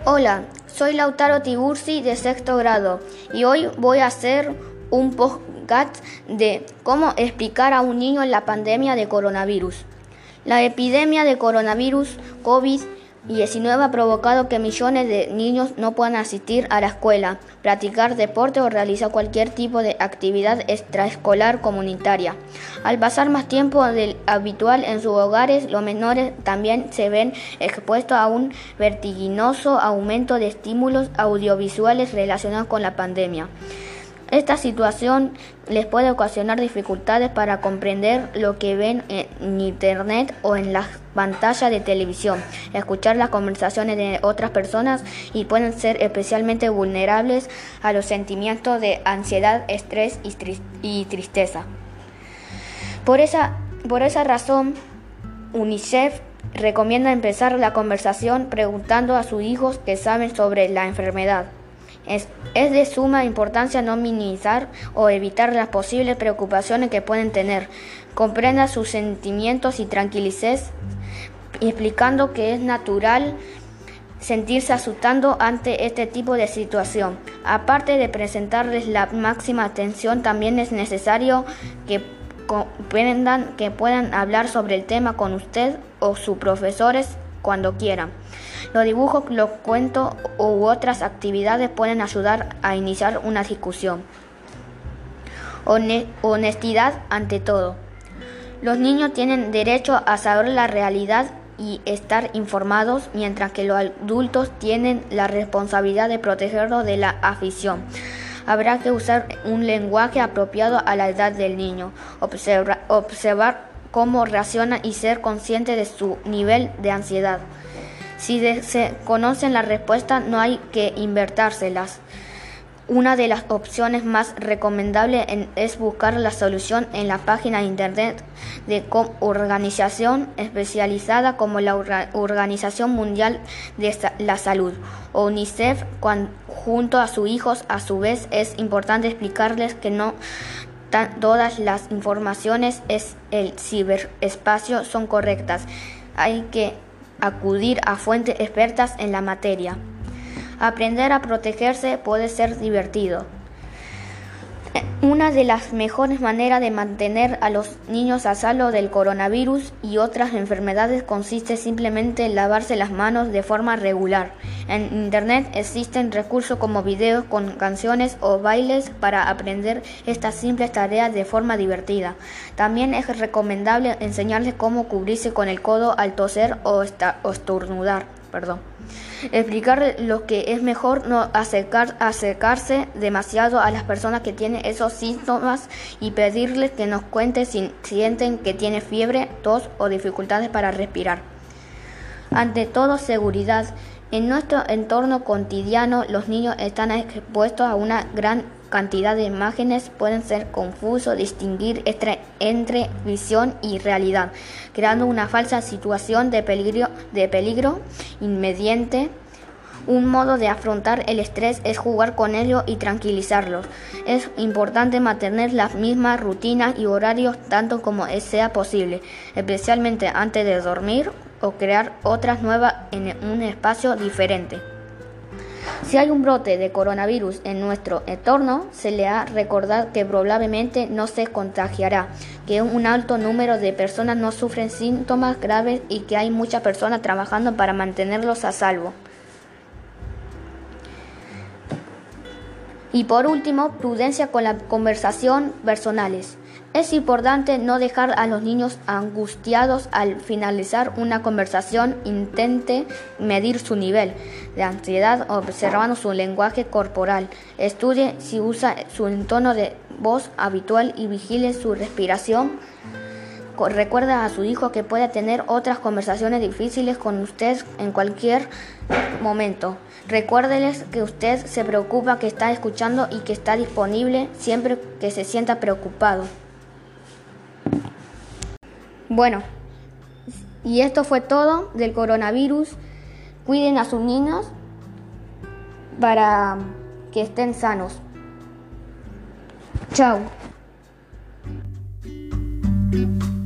Hola, soy Lautaro Tiburci de sexto grado y hoy voy a hacer un podcast de cómo explicar a un niño la pandemia de coronavirus. La epidemia de coronavirus COVID-19 ha provocado que millones de niños no puedan asistir a la escuela, practicar deporte o realizar cualquier tipo de actividad extraescolar comunitaria. Al pasar más tiempo del habitual en sus hogares, los menores también se ven expuestos a un vertiginoso aumento de estímulos audiovisuales relacionados con la pandemia. Esta situación les puede ocasionar dificultades para comprender lo que ven en Internet o en las pantallas de televisión, escuchar las conversaciones de otras personas y pueden ser especialmente vulnerables a los sentimientos de ansiedad, estrés y tristeza. Por esa razón, UNICEF recomienda empezar la conversación preguntando a sus hijos qué saben sobre la enfermedad. Es de suma importancia no minimizar o evitar las posibles preocupaciones que pueden tener. Comprenda sus sentimientos y tranquilices, explicando que es natural sentirse asustado ante este tipo de situación. Aparte de presentarles la máxima atención, también es necesario que puedan hablar sobre el tema con usted o sus profesores cuando quieran. Los dibujos, los cuentos u otras actividades pueden ayudar a iniciar una discusión. Honestidad ante todo. Los niños tienen derecho a saber la realidad y estar informados, mientras que los adultos tienen la responsabilidad de protegerlos de la afición. Habrá que usar un lenguaje apropiado a la edad del niño, observar cómo reacciona y ser consciente de su nivel de ansiedad. Si se conocen las respuestas, no hay que inventárselas. Una de las opciones más recomendables es buscar la solución en la página de internet de organización especializada como la Organización Mundial de la Salud o UNICEF. Junto a sus hijos, a su vez, es importante explicarles que no todas las informaciones en el ciberespacio son correctas. Hay que acudir a fuentes expertas en la materia. Aprender a protegerse puede ser divertido. Una de las mejores maneras de mantener a los niños a salvo del coronavirus y otras enfermedades consiste simplemente en lavarse las manos de forma regular. En Internet existen recursos como videos con canciones o bailes para aprender estas simples tareas de forma divertida. También es recomendable enseñarles cómo cubrirse con el codo al toser o estornudar. Explicar lo que es mejor no acercarse demasiado a las personas que tienen esos síntomas y pedirles que nos cuenten si sienten que tiene fiebre, tos o dificultades para respirar. Ante todo, seguridad. En nuestro entorno cotidiano, los niños están expuestos a una gran cantidad de imágenes. Pueden ser confuso distinguir entre visión y realidad, creando una falsa situación de peligro inminente. Un modo de afrontar el estrés es jugar con ellos y tranquilizarlos. Es importante mantener las mismas rutinas y horarios tanto como sea posible, especialmente antes de dormir o crear otras nuevas en un espacio diferente. Si hay un brote de coronavirus en nuestro entorno, se le ha recordado que probablemente no se contagiará, que un alto número de personas no sufren síntomas graves y que hay muchas personas trabajando para mantenerlos a salvo. Y por último, prudencia con las conversaciones personales. Es importante no dejar a los niños angustiados al finalizar una conversación. Intente medir su nivel de ansiedad observando su lenguaje corporal. Estudie si usa su tono de voz habitual y vigile su respiración. Recuerda a su hijo que puede tener otras conversaciones difíciles con usted en cualquier momento. Recuérdeles que usted se preocupa, que está escuchando y que está disponible siempre que se sienta preocupado. Bueno, y esto fue todo del coronavirus. Cuiden a sus niños para que estén sanos. Chao.